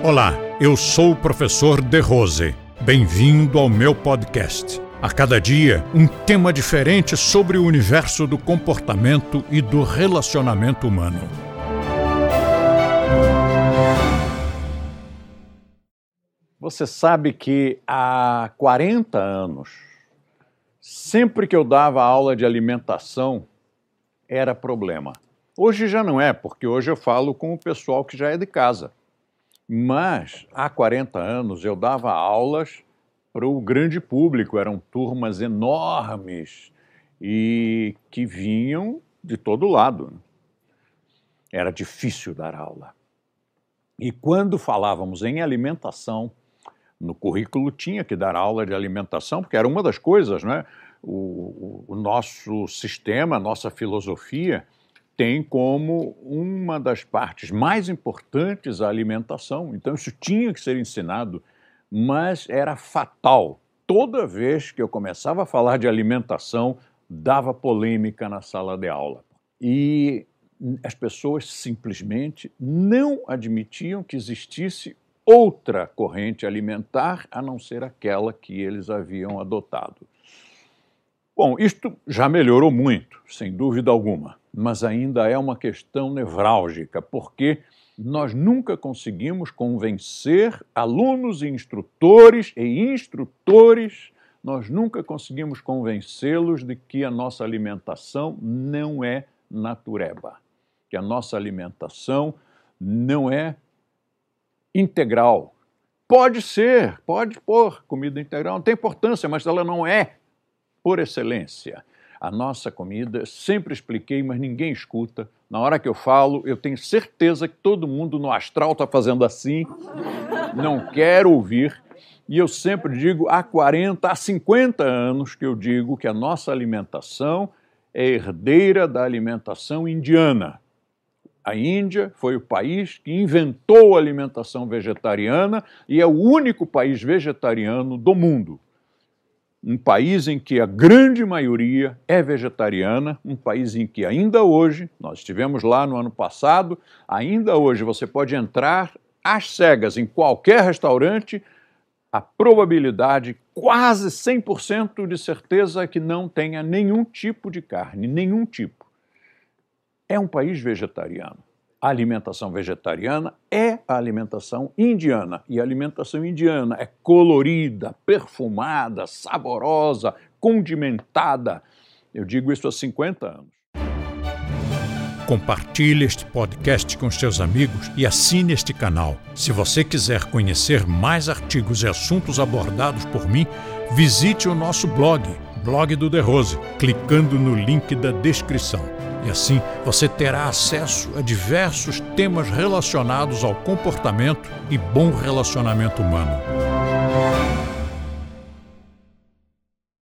Olá, eu sou o professor De Rose. Bem-vindo ao meu podcast. A cada dia, um tema diferente sobre o universo do comportamento e do relacionamento humano. Você sabe que há 40 anos, sempre que eu dava aula de alimentação, era problema. Hoje já não é, porque hoje eu falo com o pessoal que já é de casa. Mas há 40 anos eu dava aulas para o grande público, eram turmas enormes e que vinham de todo lado. Era difícil dar aula. E quando falávamos em alimentação, no currículo tinha que dar aula de alimentação, porque era uma das coisas, né? O nosso sistema, a nossa filosofia tem como uma das partes mais importantes a alimentação. Então isso tinha que ser ensinado, mas era fatal. Toda vez que eu começava a falar de alimentação, dava polêmica na sala de aula. E as pessoas simplesmente não admitiam que existisse outra corrente alimentar a não ser aquela que eles haviam adotado. Bom, isto já melhorou muito, sem dúvida alguma, mas ainda é uma questão nevrálgica, porque nós nunca conseguimos convencer alunos e instrutores, nós nunca conseguimos convencê-los de que a nossa alimentação não é natureba, que a nossa alimentação não é integral. Pode ser, pode pôr comida integral, não tem importância, mas ela não é por excelência. A nossa comida, sempre expliquei, mas ninguém escuta. Na hora que eu falo, eu tenho certeza que todo mundo no astral está fazendo assim, não quer ouvir. E eu sempre digo, há 50 anos que eu digo que a nossa alimentação é herdeira da alimentação indiana. A Índia foi o país que inventou a alimentação vegetariana e é o único país vegetariano do mundo. Um país em que a grande maioria é vegetariana, um país em que ainda hoje, nós estivemos lá no ano passado, ainda hoje você pode entrar às cegas em qualquer restaurante, a probabilidade, quase 100% de certeza, é que não tenha nenhum tipo de carne, nenhum tipo. É um país vegetariano. A alimentação vegetariana é a alimentação indiana. E a alimentação indiana é colorida, perfumada, saborosa, condimentada. Eu digo isso há 50 anos. Compartilhe este podcast com seus amigos e assine este canal. Se você quiser conhecer mais artigos e assuntos abordados por mim, visite o nosso blog do De Rose, clicando no link da descrição. E assim você terá acesso a diversos temas relacionados ao comportamento e bom relacionamento humano.